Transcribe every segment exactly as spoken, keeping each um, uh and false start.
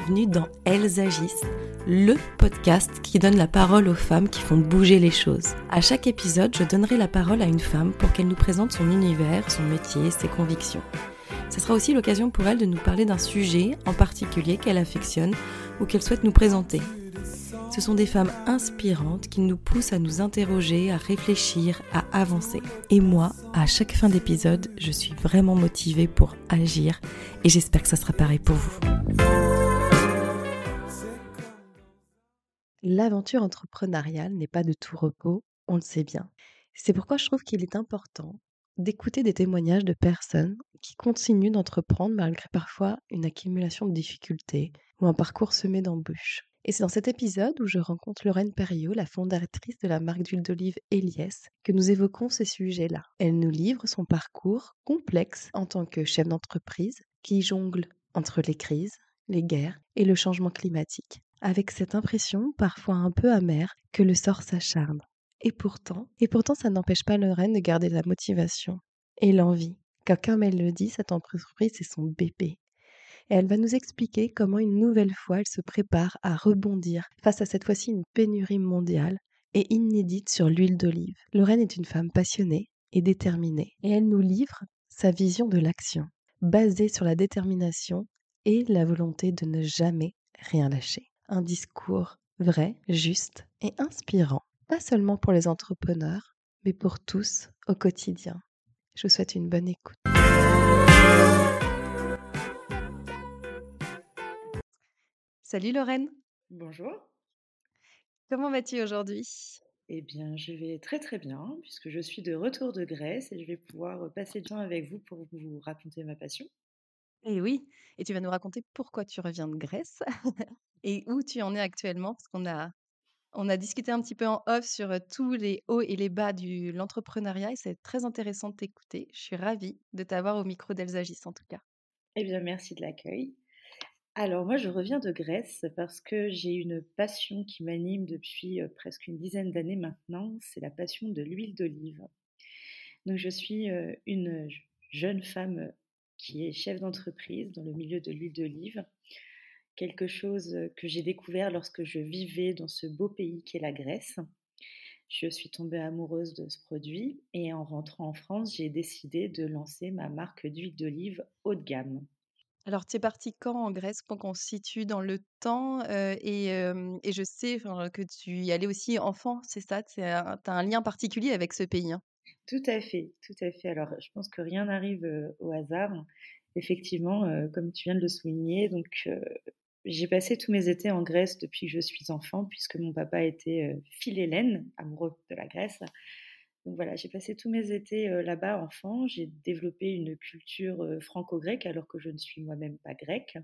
bienvenue dans Elles agissent, le podcast qui donne la parole aux femmes qui font bouger les choses. À chaque épisode, je donnerai la parole à une femme pour qu'elle nous présente son univers, son métier, ses convictions. Ce sera aussi l'occasion pour elle de nous parler d'un sujet en particulier qu'elle affectionne ou qu'elle souhaite nous présenter. Ce sont des femmes inspirantes qui nous poussent à nous interroger, à réfléchir, à avancer. Et moi, à chaque fin d'épisode, je suis vraiment motivée pour agir et j'espère que ça sera pareil pour vous. L'aventure entrepreneuriale n'est pas de tout repos, on le sait bien. C'est pourquoi je trouve qu'il est important d'écouter des témoignages de personnes qui continuent d'entreprendre malgré parfois une accumulation de difficultés ou un parcours semé d'embûches. Et c'est dans cet épisode où je rencontre Lorraine Perriot, la fondatrice de la marque d'huile d'olive Eliès, que nous évoquons ces sujets-là. Elle nous livre son parcours complexe en tant que chef d'entreprise qui jongle entre les crises, les guerres et le changement climatique, avec cette impression parfois un peu amère que le sort s'acharne. Et pourtant, et pourtant ça n'empêche pas Lorraine de garder la motivation et l'envie, car comme elle le dit, cette entreprise c'est son bébé. Et elle va nous expliquer comment une nouvelle fois elle se prépare à rebondir face à cette fois-ci une pénurie mondiale et inédite sur l'huile d'olive. Lorraine est une femme passionnée et déterminée et elle nous livre sa vision de l'action, basée sur la détermination et la volonté de ne jamais rien lâcher. Un discours vrai, juste et inspirant, pas seulement pour les entrepreneurs, mais pour tous au quotidien. Je vous souhaite une bonne écoute. Salut Lorraine. Bonjour. Comment vas-tu aujourd'hui ? Eh bien, je vais très très bien puisque je suis de retour de Grèce et je vais pouvoir passer du temps avec vous pour vous raconter ma passion. Et oui, et tu vas nous raconter pourquoi tu reviens de Grèce et où tu en es actuellement, parce qu'on a, on a discuté un petit peu en off sur euh, tous les hauts et les bas de l'entrepreneuriat et c'est très intéressant de t'écouter. Je suis ravie de t'avoir au micro d'Elles agissent en tout cas. Eh bien, merci de l'accueil. Alors, moi, je reviens de Grèce parce que j'ai une passion qui m'anime depuis euh, presque une dizaine d'années maintenant, c'est la passion de l'huile d'olive. Donc, je suis euh, une jeune femme qui est chef d'entreprise dans le milieu de l'huile d'olive, quelque chose que j'ai découvert lorsque je vivais dans ce beau pays qu'est la Grèce. Je suis tombée amoureuse de ce produit et en rentrant en France, j'ai décidé de lancer ma marque d'huile d'olive haut de gamme. Alors, tu es partie quand en Grèce pour qu'on se situe dans le temps euh, et, euh, et je sais enfin, que tu y allais aussi enfant, c'est ça? Tu as un lien particulier avec ce pays, hein. Tout à fait, tout à fait. Alors, je pense que rien n'arrive euh, au hasard. Effectivement, euh, comme tu viens de le souligner, donc euh, j'ai passé tous mes étés en Grèce depuis que je suis enfant, puisque mon papa était euh, philhellène, amoureux de la Grèce. Donc voilà, j'ai passé tous mes étés euh, là-bas enfant. J'ai développé une culture euh, franco-grecque alors que je ne suis moi-même pas grecque.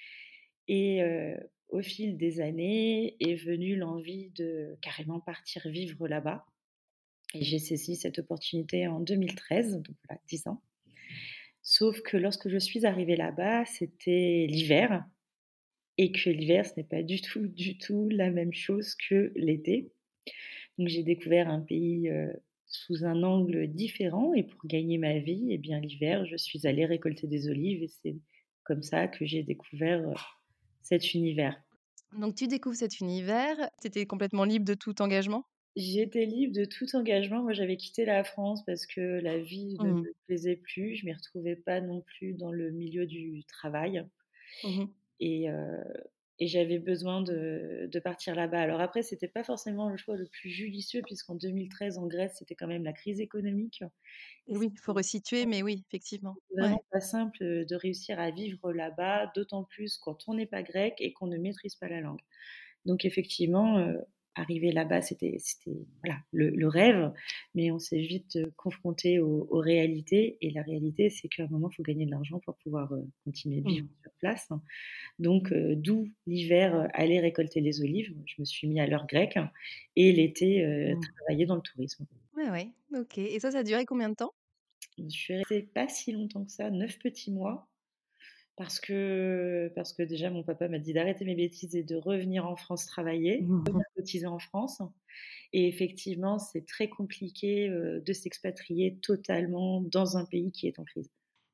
Et euh, au fil des années est venue l'envie de carrément partir vivre là-bas. Et j'ai saisi cette opportunité en deux mille treize, donc voilà, dix ans. Sauf que lorsque je suis arrivée là-bas, c'était l'hiver. Et que l'hiver, ce n'est pas du tout, du tout la même chose que l'été. Donc j'ai découvert un pays euh, sous un angle différent. Et pour gagner ma vie, eh bien, l'hiver, je suis allée récolter des olives. Et c'est comme ça que j'ai découvert euh, cet univers. Donc, tu découvres cet univers, tu étais complètement libre de tout engagement? J'étais libre de tout engagement. Moi, j'avais quitté la France parce que la vie ne Mmh. me plaisait plus. Je m'y retrouvais pas non plus dans le milieu du travail. Mmh. Et, euh, et j'avais besoin de, de partir là-bas. Alors après, c'était pas forcément le choix le plus judicieux puisqu'en deux mille treize, en Grèce, c'était quand même la crise économique. Et Et oui, il faut c'était resituer, mais oui, effectivement. Ouais. vraiment pas simple de réussir à vivre là-bas, d'autant plus quand on n'est pas grec et qu'on ne maîtrise pas la langue. Donc effectivement, euh, arriver là-bas, c'était, c'était voilà, le, le rêve, mais on s'est vite euh, confronté aux, aux réalités. Et la réalité, c'est qu'à un moment, il faut gagner de l'argent pour pouvoir euh, continuer de vivre Mmh. sur place. Donc, euh, d'où l'hiver, euh, aller récolter les olives. Je me suis mis à l'heure grecque et l'été, euh, Mmh. travailler dans le tourisme. Ouais, ouais, OK. Et ça, ça a duré combien de temps? Je suis restée pas si longtemps que ça, neuf petits mois. Parce que, parce que déjà, mon papa m'a dit d'arrêter mes bêtises et de revenir en France travailler, Mmh. revenir cotiser en France. Et effectivement, c'est très compliqué euh, de s'expatrier totalement dans un pays qui est en crise.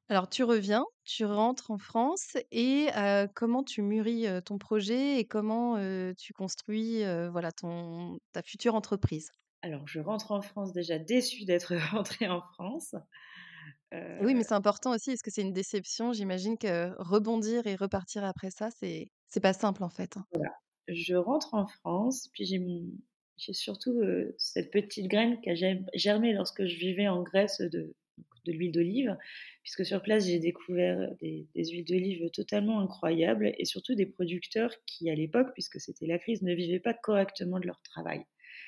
Alors tu reviens, tu rentres en France et heu, comment tu mûris, heu, ton projet et comment, heu, tu construis, heu, voilà ton ta future entreprise? Alors je rentre en France déjà déçue d'être rentrée en France. Et oui, mais Heu, c'est important aussi parce que c'est une déception. J'imagine que rebondir et repartir après ça, c'est c'est pas simple en fait, hein. voilà, je rentre en France, puis j'ai mon j'ai surtout, heu, cette petite graine qui a gem germé lorsque je vivais en Grèce de de l'huile d'olive, puisque sur place, j'ai découvert des des huiles d'olive totalement incroyables et surtout des producteurs qui, à l'époque, puisque c'était la crise, ne vivaient pas correctement de leur travail.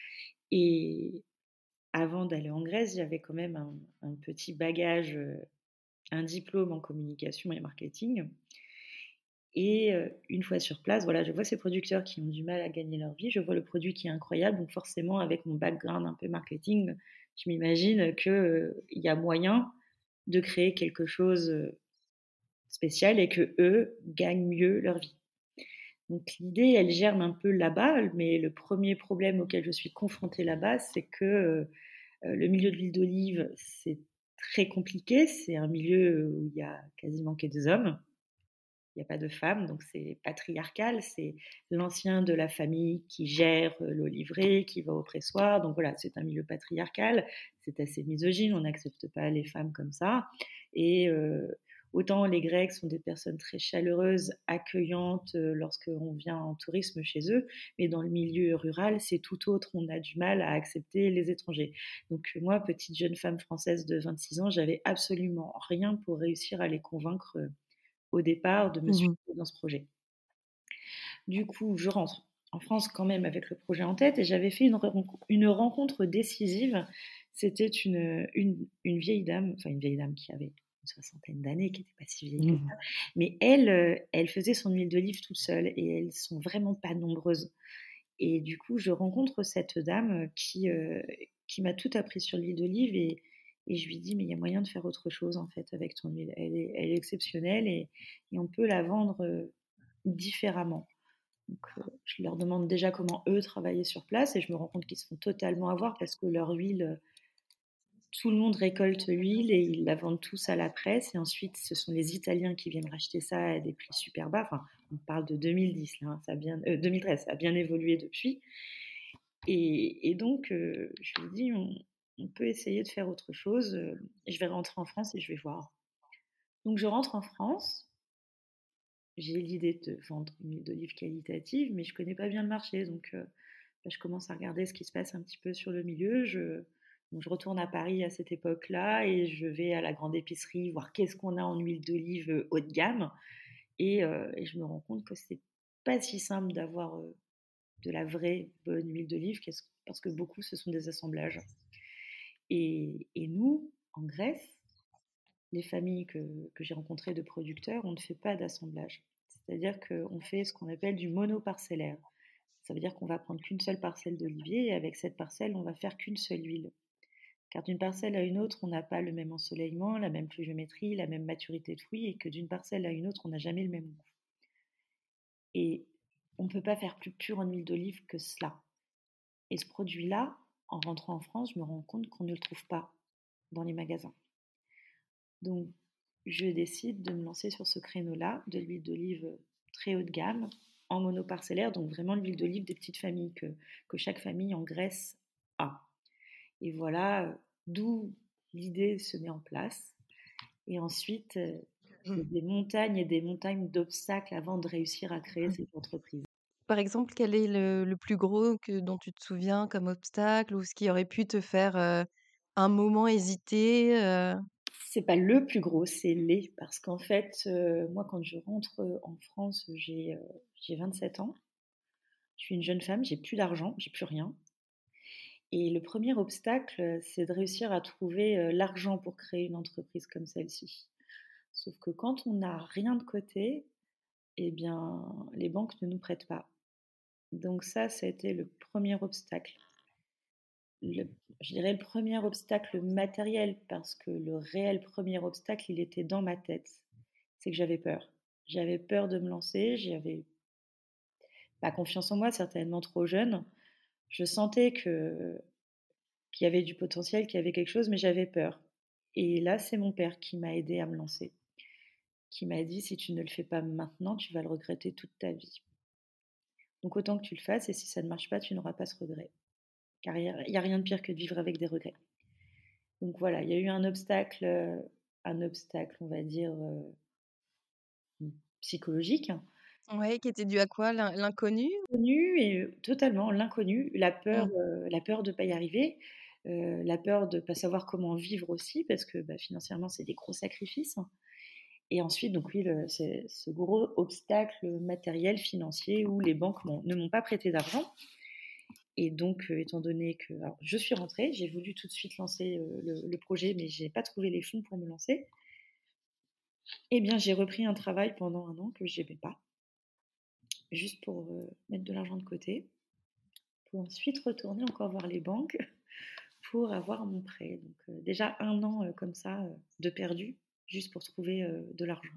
Et avant d'aller en Grèce, j'avais quand même un un petit bagage, heu, un diplôme en communication et marketing. Et heu, une fois sur place, voilà, je vois ces producteurs qui ont du mal à gagner leur vie, je vois le produit qui est incroyable, donc forcément avec mon background un peu marketing, je m'imagine que, heu, il y a moyen de créer quelque chose, heu, spécial et qu'eux gagnent mieux leur vie. Donc l'idée, elle germe un peu là-bas, mais le premier problème auquel je suis confrontée là-bas, c'est que, heu heu, le milieu de l'huile d'olive, c'est très compliqué. C'est un milieu où il y a quasiment que des hommes. Il y a pas de femmes, donc c'est patriarcal. C'est l'ancien de la famille qui gère, heu, l'oliverie, qui va au pressoir. Donc voilà, c'est un milieu patriarcal. C'est assez misogyne, on n'accepte pas les femmes comme ça. Et heu, autant les Grecs sont des personnes très chaleureuses, accueillantes, heu, lorsqu'on vient en tourisme chez eux, mais dans le milieu rural, c'est tout autre. On a du mal à accepter les étrangers. Donc moi, petite jeune femme française de vingt-six ans, j'avais absolument rien pour réussir à les convaincre, heu, au départ de me Mmh suivre mh. dans ce projet. Du coup, je rentre en France quand même avec le projet en tête et j'avais fait une, renco- une rencontre décisive. C'était une, une, une vieille dame, enfin une vieille dame qui avait une soixantaine d'années, qui n'était pas si vieille que Mmh. ça, mais elle, euh, elle faisait son huile d'olive toute seule et elles sont vraiment pas nombreuses. Et du coup, je rencontre cette dame qui, euh, qui m'a tout appris sur l'huile d'olive et, et je lui dis, mais il y a moyen de faire autre chose en fait avec ton huile. Elle est, elle est exceptionnelle et, et on peut la vendre euh, différemment. Donc, euh, je leur demande déjà comment eux travaillaient sur place et je me rends compte qu'ils se font totalement avoir parce que leur huile, euh, tout le monde récolte l'huile et ils la vendent tous à la presse. Et ensuite, ce sont les Italiens qui viennent racheter ça à des prix super bas. Enfin, on parle de deux mille dix, là, hein, ça a bien, euh, deux mille treize, ça a bien évolué depuis. Et, et donc, euh, je lui dis, on, on peut essayer de faire autre chose. euh, Je vais rentrer en France et je vais voir. Donc, je rentre en France. J'ai l'idée de vendre une huile d'olive qualitative, mais je connais pas bien le marché. Donc, euh, bah, je commence à regarder ce qui se passe un petit peu sur le milieu. Je, donc je retourne à Paris à cette époque-là et je vais à la grande épicerie voir qu'est-ce qu'on a en huile d'olive euh, haut de gamme. Et, euh, et je me rends compte que c'est pas si simple d'avoir euh, de la vraie bonne huile d'olive parce que beaucoup ce sont des assemblages. Et, et nous, en Grèce, les familles que, que j'ai rencontrées de producteurs, on ne fait pas d'assemblage. C'est-à-dire qu'on fait ce qu'on appelle du monoparcellaire. Ça veut dire qu'on va prendre qu'une seule parcelle d'olivier et avec cette parcelle, on va faire qu'une seule huile. Car d'une parcelle à une autre, on n'a pas le même ensoleillement, la même pluviométrie, la même maturité de fruits et que d'une parcelle à une autre, on n'a jamais le même goût. Et on ne peut pas faire plus pur en huile d'olive que cela. Et ce produit-là, en rentrant en France, je me rends compte qu'on ne le trouve pas dans les magasins. Donc, je décide de me lancer sur ce créneau-là, de l'huile d'olive très haut de gamme, en monoparcellaire, donc vraiment l'huile d'olive des petites familles que, que chaque famille en Grèce a. Et voilà d'où l'idée se met en place. Et ensuite, euh, c'est Mmh. des montagnes et des montagnes d'obstacles avant de réussir à créer Mmh. cette entreprise. Par exemple, quel est le le plus gros que dont tu te souviens comme obstacle ou ce qui aurait pu te faire, heu, un moment hésiter, heu? C'est pas le plus gros, c'est les, parce qu'en fait, euh, moi, quand je rentre en France, j'ai euh, j'ai vingt-sept ans. Je suis une jeune femme, j'ai plus d'argent, j'ai plus rien. Et le premier obstacle, c'est de réussir à trouver euh, l'argent pour créer une entreprise comme celle-ci. Sauf que quand on n'a rien de côté, eh bien, les banques ne nous prêtent pas. Donc ça, ça a été le premier obstacle. Le, je dirais le premier obstacle matériel, parce que le réel premier obstacle, il était dans ma tête. C'est que j'avais peur. J'avais peur de me lancer, j'avais pas confiance en moi, certainement trop jeune. Je sentais que qu'il y avait du potentiel, qu'il y avait quelque chose, mais j'avais peur. Et là, c'est mon père qui m'a aidé à me lancer. qui m'a dit: «Si tu ne le fais pas maintenant, tu vas le regretter toute ta vie. Donc autant que tu le fasses et si ça ne marche pas, tu n'auras pas ce regret. Car il y a il y a rien de pire que de vivre avec des regrets». Donc voilà, il y a eu un obstacle, heu, un obstacle, on va dire, heu, mmh, psychologique. Ouais, qui était dû à quoi? L'in l'inconnu? L'inconnu et heu, totalement l'inconnu, la peur, Mmh. heu, la peur de pas y arriver, heu, la peur de pas savoir comment vivre aussi parce que, bah, financièrement, c'est des gros sacrifices et ensuite donc oui, le c'est ce gros obstacle matériel, financier où les banques m'ont ne m'ont pas prêté d'argent et donc heu, étant donné que alors je suis rentrée, j'ai voulu tout de suite lancer, heu, le le projet mais j'ai pas trouvé les fonds pour me lancer et bien j'ai repris un travail pendant un an que j'aimais pas juste pour, heu, mettre de l'argent de côté, pour ensuite retourner encore voir les banques pour avoir mon prêt. Donc heu, déjà un an, heu, comme ça, heu, de perdu, juste pour trouver, heu, de l'argent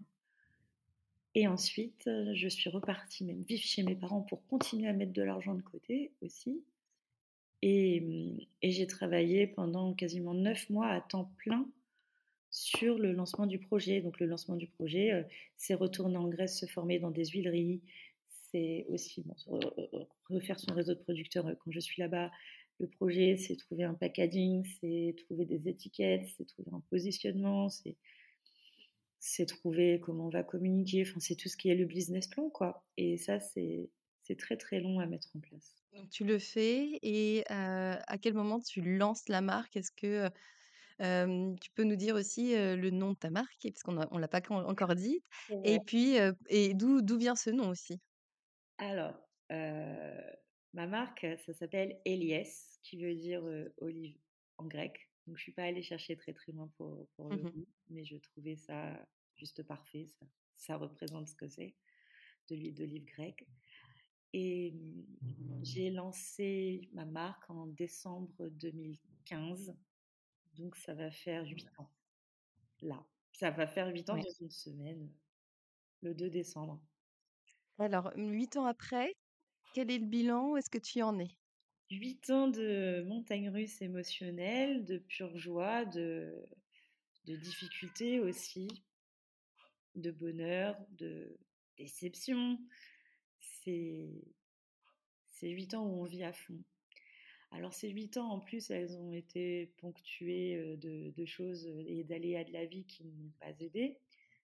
et ensuite, heu, je suis repartie même vivre chez mes parents pour continuer à mettre de l'argent de côté aussi et mmh et j'ai travaillé pendant quasiment neuf mois à temps plein sur le lancement du projet. Donc le lancement du projet, heu, c'est retourner en Grèce se former dans des huileries, c'est aussi bon, re re refaire son réseau de producteurs, heu, quand je suis là-bas. Le projet, c'est trouver un packaging, c'est trouver des étiquettes, c'est trouver un positionnement, c'est c'est trouver comment on va communiquer, enfin, c'est tout ce qui est le business plan, quoi et ça, c'est c'est très, très long à mettre en place. Donc tu le fais et heu, à quel moment tu lances la marque? Est-ce que, heu, hem, tu peux nous dire aussi, heu, le nom de ta marque? Parce qu'on a on l'a pas con encore dit C'est vrai. et puis, heu et d'où d'où vient ce nom aussi? Alors, heu, ma marque, ça s'appelle Héliès, qui veut dire, heu, olive en grec. Donc je suis pas allée chercher très, très loin pour pour Mmh le mh. nom, mais je trouvais ça juste parfait, ça ça représente ce que c'est, de l'huile d'olive grecque et mmh, j'ai lancé ma marque en décembre deux mille quinze, donc ça va faire huit ans, là. Ça va faire huit ans Ouais. dans une semaine, le deux décembre. Alors, mmh, huit ans après, quel est le bilan? Où est-ce que tu en es? huit ans de montagnes russes émotionnelles, de pure joie, de de difficultés aussi, de bonheur, de déception. C'est c'est huit ans où on vit à fond. Alors ces huit ans, en plus, elles ont été ponctuées, heu, de de choses, heu et d'aléas de la vie qui ne m'ont pas aidée.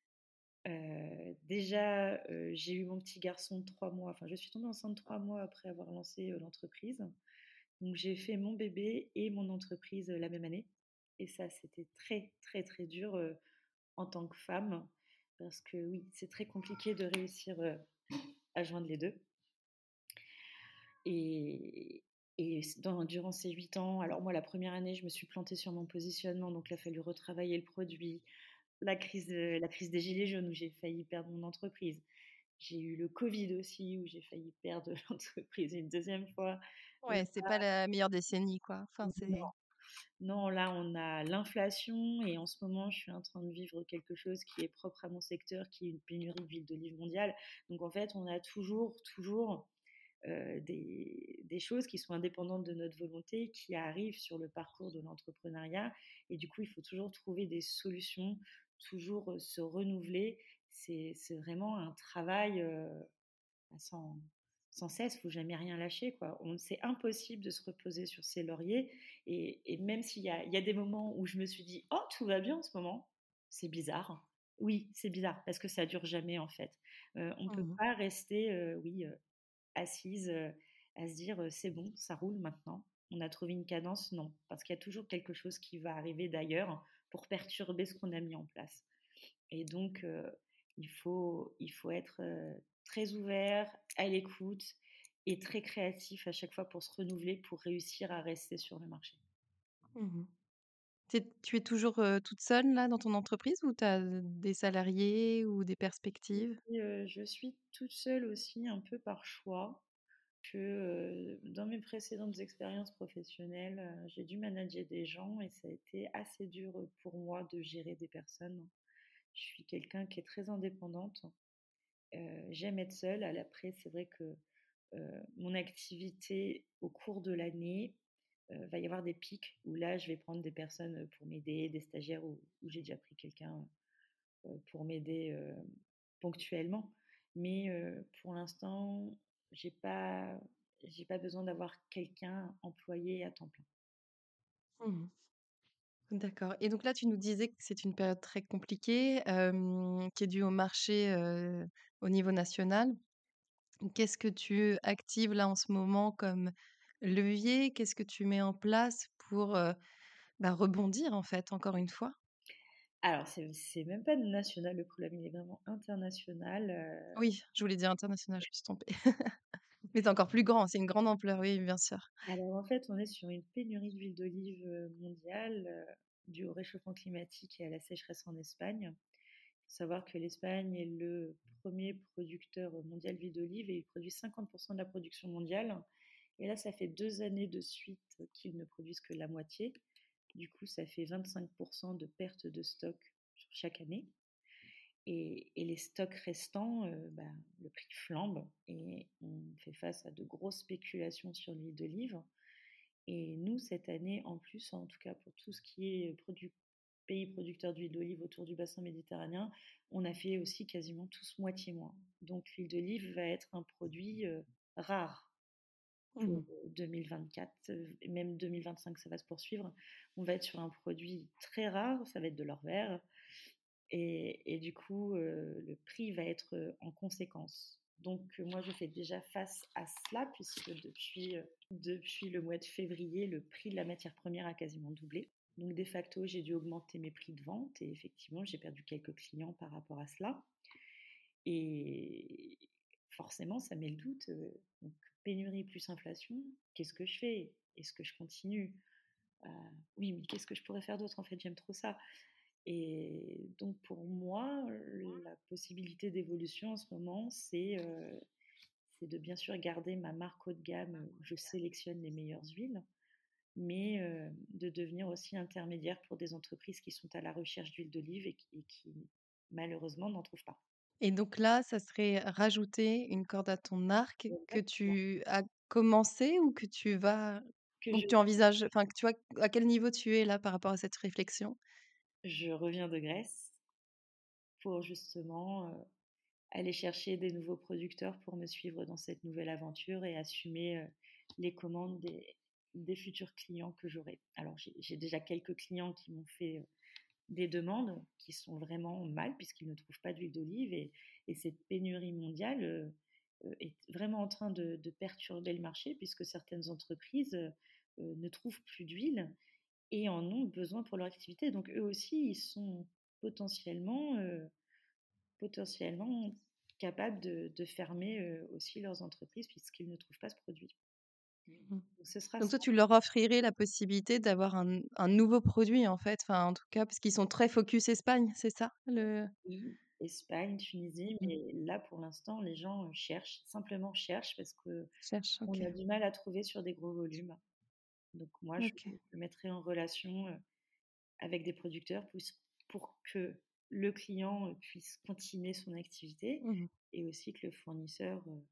Heu, déjà, heu, j'ai eu mon petit garçon de trois mois, enfin je suis tombée enceinte trois mois après avoir lancé, heu, l'entreprise. Donc j'ai fait mon bébé et mon entreprise, heu, la même année et ça, c'était très, très, très dur, heu, en tant que femme parce que oui, c'est très compliqué de réussir, heu, à joindre les deux. Et et c dans durant ces huit ans alors moi, la première année, je me suis plantée sur mon positionnement, donc il a fallu retravailler le produit. La crise, heu, la crise des gilets jaunes où j'ai failli perdre mon entreprise. J'ai eu le covid aussi où j'ai failli perdre l'entreprise une deuxième fois. Ouais, c'est pas la meilleure décennie, quoi. Enfin, Non, c'est non, là, on a l'inflation et en ce moment, je suis en train de vivre quelque chose qui est propre à mon secteur, qui est une pénurie d'huile d'olive mondiale. Donc en fait, on a toujours, toujours, heu, des des choses qui sont indépendantes de notre volonté, qui arrivent sur le parcours de l'entrepreneuriat et du coup, il faut toujours trouver des solutions, toujours, heu, se renouveler. C'est c'est vraiment un travail, heu, bah, sans sans cesse, faut jamais rien lâcher, quoi. On c'est impossible de se reposer sur ses lauriers et et même s'il y a il y a des moments où je me suis dit: «Oh, tout va bien en ce moment», c'est bizarre. Oui, c'est bizarre parce que ça dure jamais, en fait. Heu, on peut mmh mh. pas rester, heu, oui, heu, assise, heu, à se dire, heu: «C'est bon, ça roule maintenant». On a trouvé une cadence, non, parce qu'il y a toujours quelque chose qui va arriver d'ailleurs pour perturber ce qu'on a mis en place. Et donc, heu, il faut il faut être, heu, très ouvert, à l'écoute et très créatif à chaque fois pour se renouveler, pour réussir à rester sur le marché. Mmh. Tu es tu es toujours, heu, toute seule là dans ton entreprise ou tu as des salariés ou des perspectives? Et heu, je suis toute seule aussi un peu par choix que, heu, dans mes précédentes expériences professionnelles, heu, j'ai dû manager des gens et ça a été assez dur, heu, pour moi de gérer des personnes. Je suis quelqu'un qui est très indépendante, heu, j'aime être seule. À l'après, c'est vrai que, heu, mon activité au cours de l'année, heu, va y avoir des pics où là, je vais prendre des personnes, pour m'aider, des stagiaires où où j'ai déjà pris quelqu'un, heu, pour m'aider, heu, ponctuellement. Mais, heu, pour l'instant, j'ai pas j'ai pas besoin d'avoir quelqu'un employé à temps plein. Mmh. D'accord et donc là, tu nous disais que c'est une période très compliquée, hem, qui est due au marché, heu, au niveau national. Qu'est-ce que tu actives là en ce moment comme levier? Qu'est-ce que tu mets en place pour, heu, bah, rebondir en fait, encore une fois? Alors c'est c'est même pas national le problème, il est vraiment international, heu Oui, je voulais dire international, je me suis trompée. Mais c'est encore plus grand, c'est une grande ampleur, oui, bien sûr. Alors en fait, on est sur une pénurie d'huile d'olive, heu, mondiale, heu, due au réchauffement climatique et à la sécheresse en Espagne. Il faut savoir que l'Espagne est le premier producteur mondial d'huile d'olive et il produit cinquante de la production mondiale. Et là, ça fait deux années de suite qu'ils ne produisent que la moitié. Du coup, ça fait vingt-cinq de perte de stock sur chaque année. Et, et les stocks restants, euh, bah, le prix flambe et on fait face à de grosses spéculations sur l'huile d'olive. Et nous, cette année, en plus, en tout cas pour tout ce qui est produit, pays producteurs d'huile d'olive autour du bassin méditerranéen, on a fait aussi quasiment tous moitié moins. Donc l'huile d'olive va être un produit euh, rare Mmh. pour deux mille vingt-quatre, euh, et même deux mille vingt-cinq, ça va se poursuivre. On va être sur un produit très rare, ça va être de l'or vert, et, et du coup, euh, le prix va être euh, en conséquence. Donc, euh, moi, je fais déjà face à cela, puisque depuis, euh, depuis le mois de février, le prix de la matière première a quasiment doublé. Donc, de facto, j'ai dû augmenter mes prix de vente et effectivement, j'ai perdu quelques clients par rapport à cela. Et forcément, ça met le doute. euh, Donc, pénurie plus inflation, qu'est-ce que je fais? Est-ce que je continue? Euh, Oui, mais qu'est-ce que je pourrais faire d'autre? En fait, j'aime trop ça. Et donc pour moi, la possibilité d'évolution en ce moment, c'est euh, c'est de bien sûr garder ma marque haut de gamme où je sélectionne les meilleures huiles, mais euh, de devenir aussi intermédiaire pour des entreprises qui sont à la recherche d'huile d'olive et qui, et qui, malheureusement n'en trouvent pas. Et donc là, ça serait rajouter une corde à ton arc que Exactement. tu as commencé ou que tu vas Que donc je, tu envisages enfin, que tu vois à quel niveau tu es là par rapport à cette réflexion? je reviens de Grèce pour justement euh, aller chercher des nouveaux producteurs pour me suivre dans cette nouvelle aventure et assumer euh, les commandes des, des futurs clients que j'aurai. Alors j'ai j'ai déjà quelques clients qui m'ont fait euh, des demandes qui sont vraiment mal puisqu'ils ne trouvent pas d'huile d'olive et, et cette pénurie mondiale euh, euh, est vraiment en train de, de perturber le marché puisque certaines entreprises euh, euh, ne trouvent plus d'huile et en ont besoin pour leur activité. Donc eux aussi, ils sont potentiellement euh, potentiellement capables de, de fermer euh, aussi leurs entreprises puisqu'ils ne trouvent pas ce produit. Mmh. Donc ce sera Donc ça. toi, tu leur offrirais la possibilité d'avoir un un nouveau produit, en fait, enfin, en tout cas, parce qu'ils sont très focus Espagne, c'est ça le Oui, Espagne, Tunisie, mmh, mais là pour l'instant les gens euh, cherchent, simplement cherchent parce que cherche, on OK, a du mal à trouver sur des gros volumes. Donc moi je OK. me mettrai en relation euh, avec des producteurs pour, pour que le client euh, puisse continuer son activité Mmh. et aussi que le fournisseur euh,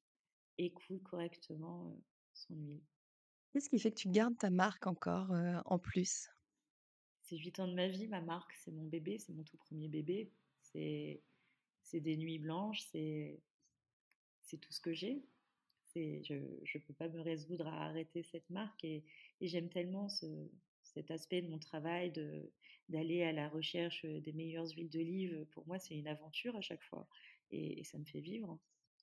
écoule correctement euh, son huile. Qu'est-ce qui fait que tu gardes ta marque encore, heu, en plus? C'est huit ans de ma vie, ma marque, c'est mon bébé, c'est mon tout premier bébé. C'est c'est des nuits blanches, c'est c'est tout ce que j'ai. C'est je je peux pas me résoudre à arrêter cette marque et et j'aime tellement ce cet aspect de mon travail de d'aller à la recherche, des meilleures huiles d'olive. Pour moi, c'est une aventure à chaque fois et et ça me fait vivre.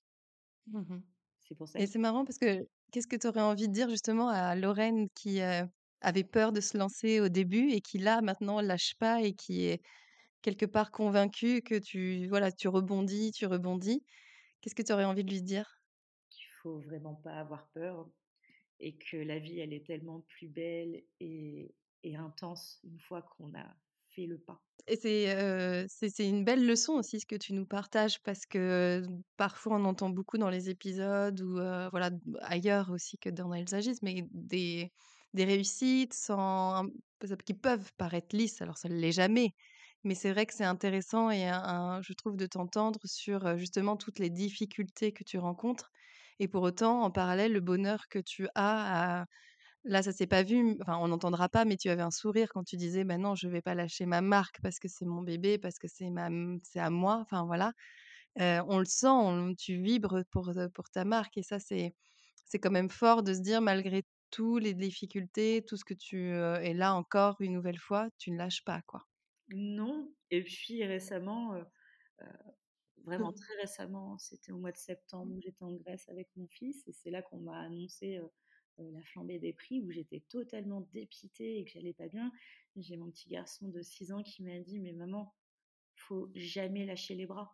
Mmh. C'est pour ça Et que c'est marrant parce que qu'est-ce que tu aurais envie de dire justement à Lorraine qui, heu, avait peur de se lancer au début et qui là, maintenant lâche pas et qui est quelque part convaincue que tu voilà, tu rebondis, tu rebondis? Qu'est-ce que tu aurais envie de lui dire? qu'il faut vraiment pas avoir peur et que la vie, elle est tellement plus belle et et intense une fois qu'on a fait le pas. Et c'est, heu, c'est c'est une belle leçon aussi ce que tu nous partages parce que, heu, parfois on entend beaucoup dans les épisodes ou, heu, voilà, d ailleurs aussi que dans Elles agissent, mais des des réussites sans qui peuvent paraître lisses, alors ça ne l'est jamais. Mais c'est vrai que c'est intéressant et un un je trouve de t'entendre sur, heu, justement toutes les difficultés que tu rencontres et pour autant, en parallèle, le bonheur que tu as Là, ça s'est pas vu, m enfin, on n'entendra pas, mais tu avais un sourire quand tu disais: «Bah, non, je vais pas lâcher ma marque parce que c'est mon bébé, parce que c'est ma m c'est à moi». Enfin, voilà, heu, on le sent, on tu vibres pour, heu, pour ta marque et ça, c'est c'est quand même fort de se dire malgré tout les difficultés, tout ce que tu, heu et là encore une nouvelle fois, tu ne lâches pas, quoi. Non et puis récemment, heu heu, vraiment très récemment, c'était au mois de septembre où j'étais en Grèce avec mon fils et c'est là qu'on m'a annoncé, heu heu, la flambée des prix où j'étais totalement dépitée et que j'allais pas bien. J'ai mon petit garçon de six ans qui m'a dit: «Mais maman, faut jamais lâcher les bras».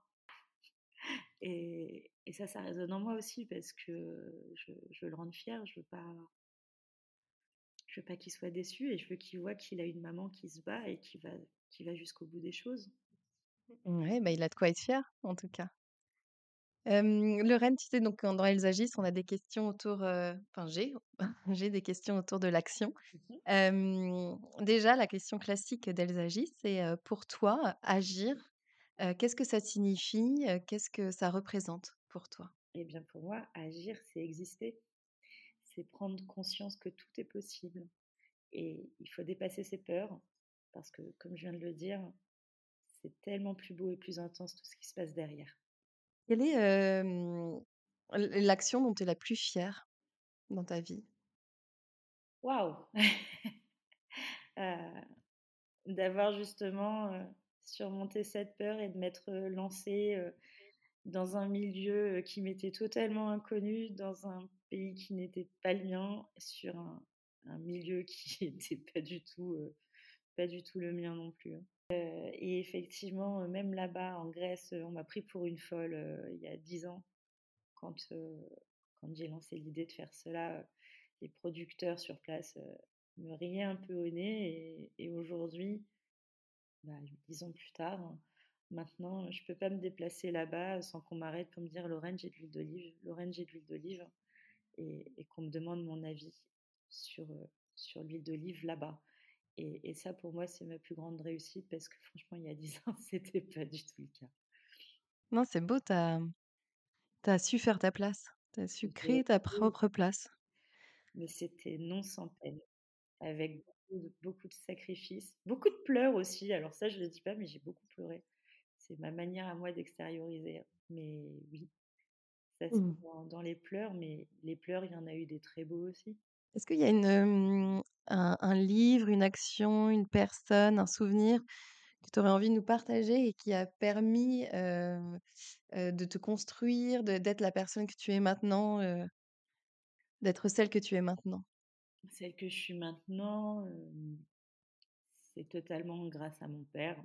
Et et ça, ça résonne en moi aussi parce que je je veux le rendre fier, je veux pas je veux pas qu'il soit déçu et je veux qu'il voit qu'il a une maman qui se bat et qui va qui va jusqu'au bout des choses. Ouais, bah, il a de quoi être fier, en tout cas. Hem, Lorraine, tu sais, donc, dans Elles agissent, on a des questions autour, heu enfin, j'ai j'ai des questions autour de l'action. Mmh. Hem, déjà, la question classique d'Elles agissent, c'est, heu, pour toi, agir, heu, qu'est-ce que ça signifie? Heu, qu'est-ce que ça représente pour toi? Et bien pour moi, agir, c'est exister, c'est prendre conscience que tout est possible et il faut dépasser ses peurs parce que comme je viens de le dire, c'est tellement plus beau et plus intense tout ce qui se passe derrière. Quelle est, hem, l l'action dont tu es la plus fière dans ta vie? Waouh! Heu, d'avoir justement, heu, surmonté cette peur et de m'être, heu, lancée, heu, dans un milieu, heu, qui m'était totalement inconnu, dans un pays qui n'était pas le mien, sur un un milieu qui était pas du tout, heu, pas du tout le mien non plus, hein. Heu et effectivement, heu, même là-bas en Grèce, heu, on m'a pris pour une folle, heu, il y a dix ans quand, heu, quand j'ai lancé l'idée de faire cela, heu, les producteurs sur place, heu, me riaient un peu au nez et et aujourd'hui, bah, dix ans plus tard, maintenant, je peux pas me déplacer là-bas sans qu'on m'arrête pour me dire: «Lorraine, j'ai de l'huile d'olive, Lorraine, j'ai de l'huile d'olive» et et qu'on me demande mon avis sur, heu, sur l'huile d'olive là-bas et et ça pour moi, c'est ma plus grande réussite parce que franchement, il y a dix ans, c'était pas du tout le cas. Non, c'est beau, tu as tu as su faire ta place. Tu as su J'ai créer ta oui, propre place. mais c'était non sans peine, avec beaucoup de beaucoup de sacrifices, beaucoup de pleurs aussi. Alors ça, je le dis pas, mais j'ai beaucoup pleuré. C'est ma manière à moi d'extérioriser, mais oui. Ça se Mmh. dans dans les pleurs, mais les pleurs, il y en a eu des très beaux aussi. Est-ce qu'il y a une, hem, un un livre, une action, une personne, un souvenir que tu aurais envie de nous partager et qui a permis, heu heu, de te construire, de d'être la personne que tu es maintenant, heu, d'être celle que tu es maintenant? Celle que je suis maintenant, hem, c'est totalement grâce à mon père,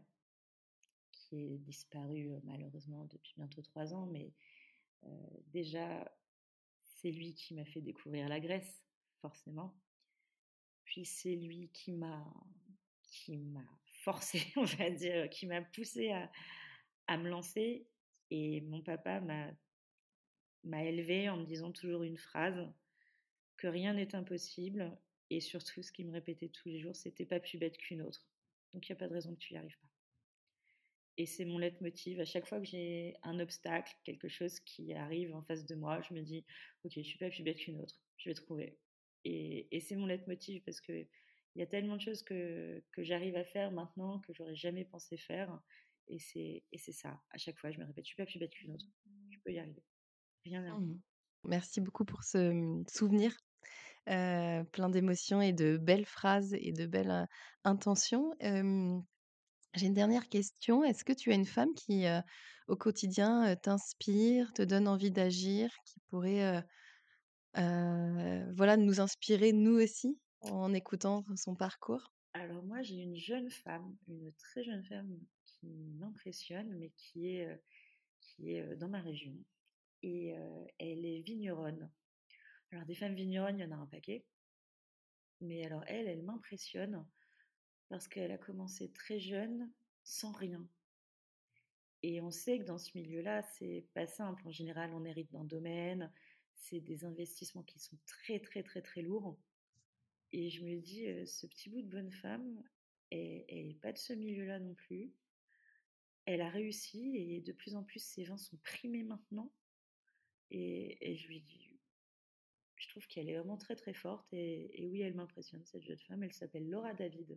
qui est disparu, heu, malheureusement depuis bientôt trois ans, mais heu, déjà, c'est lui qui m'a fait découvrir la Grèce, forcément. Puis c'est lui qui m'a qui m'a forcée, on va dire, qui m'a poussée à à me lancer et mon papa m'a m'a élevée en me disant toujours une phrase: que rien n'est impossible et surtout ce qu'il me répétait tous les jours, c'était pas plus bête qu'une autre. Donc il y a pas de raison que tu y arrives pas. Et c'est mon leitmotiv à chaque fois que j'ai un obstacle, quelque chose qui arrive en face de moi, je me dis: «OK, je suis pas plus bête qu'une autre, je vais trouver» et et c'est mon leitmotiv parce qu'il y a tellement de choses que que j'arrive à faire maintenant que j'aurais jamais pensé faire et c'est et c'est ça. À chaque fois, je me répète: «Je suis pas plus bête qu'une autre, je peux y arriver, rien n'est imp». Mmh. Merci beaucoup pour ce, mmh, souvenir, heu, plein d'émotions et de belles phrases et de belles, heu, intentions. Hem, j'ai une dernière question. Est-ce que tu as une femme qui, heu, au quotidien, heu, t'inspire, te donne envie d'agir, qui pourrait, heu heu, voilà, nous inspirer nous aussi en écoutant son parcours? Alors moi, j'ai une jeune femme, une très jeune femme qui m'impressionne, mais qui est, heu, qui est, heu, dans ma région et heu, elle est vigneronne. Alors des femmes vigneronnes, il y en a un paquet, mais alors elle, elle m'impressionne parce qu'elle a commencé très jeune, sans rien et on sait que dans ce milieu-là, c'est pas simple. En général, on hérite d'un domaine, c'est des investissements qui sont très, très, très, très lourds et je me dis, heu: «Ce petit bout de bonne femme, elle elle est pas de ce milieu-là non plus». Elle a réussi et de plus en plus ses vins sont primés maintenant et et je lui dis je trouve qu'elle est vraiment très très forte et, et oui, elle m'impressionne, cette jeune femme. Elle s'appelle Laura David.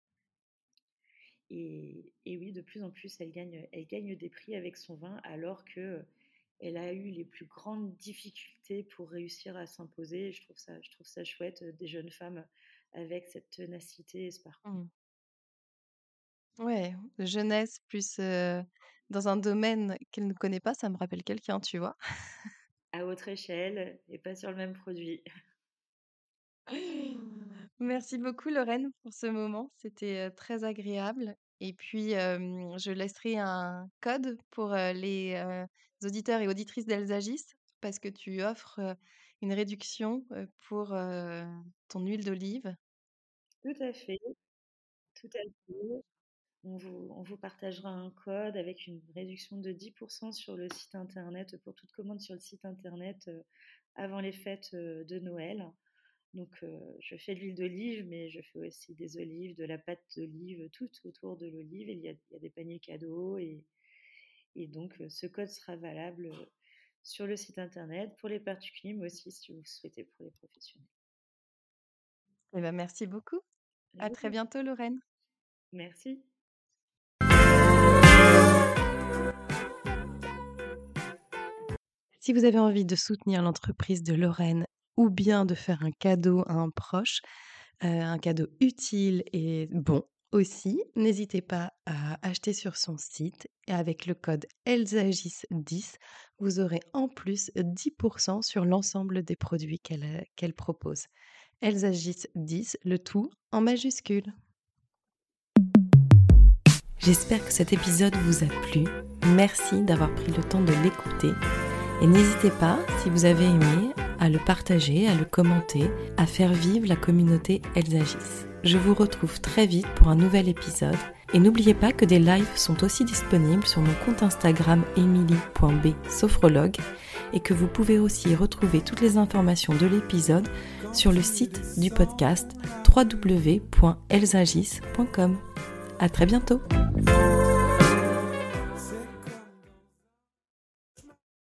Et, et oui, de plus en plus, elle gagne, elle gagne des prix avec son vin alors que elle a eu les plus grandes difficultés pour réussir à s'imposer. Je trouve ça, je trouve ça chouette, euh, des jeunes femmes avec cette ténacité et ce parcours. Mmh. Ouais, jeunesse plus, heu, dans un domaine qu'elle ne connaît pas, ça me rappelle quelqu'un, tu vois? À autre échelle et pas sur le même produit. Merci beaucoup Lorraine pour ce moment, c'était, heu, très agréable et puis, hem, je laisserai un code pour, heu, les, heu, auditeurs et auditrices d'Elsagis parce que tu offres, heu, une réduction, heu, pour, heu, ton huile d'olive. Tout à fait, tout à fait. On vous, on vous partagera un code avec une réduction de dix pour cent sur le site internet, pour toute commande sur le site internet euh, avant les fêtes euh, de Noël. Donc, euh, je fais de l'huile d'olive, mais je fais aussi des olives, de la pâte d'olive, tout autour de l'olive. Il y a, il y a des paniers cadeaux et, et donc euh, ce code sera valable euh, sur le site internet pour les particuliers, mais aussi si vous le souhaitez pour les professionnels. Eh ben, merci beaucoup. À très bientôt Lorraine. Merci. Si vous avez envie de soutenir l'entreprise de Lorraine ou bien de faire un cadeau à un proche, heu, un cadeau utile et bon aussi, n'hésitez pas à acheter sur son site et avec le code Elsagis dix, vous aurez en plus dix pour cent sur l'ensemble des produits qu'elle, heu, qu'elle propose. Elsagis dix, le tout en majuscule. J'espère que cet épisode vous a plu. Merci d'avoir pris le temps de l'écouter. Et n'hésitez pas, si vous avez aimé, à le partager, à le commenter, à faire vivre la communauté Elsagis. Je vous retrouve très vite pour un nouvel épisode. Et n'oubliez pas que des lives sont aussi disponibles sur mon compte Instagram emily point b sophrologue et que vous pouvez aussi retrouver toutes les informations de l'épisode sur le site du podcast w w w point elsagis point com. À très bientôt!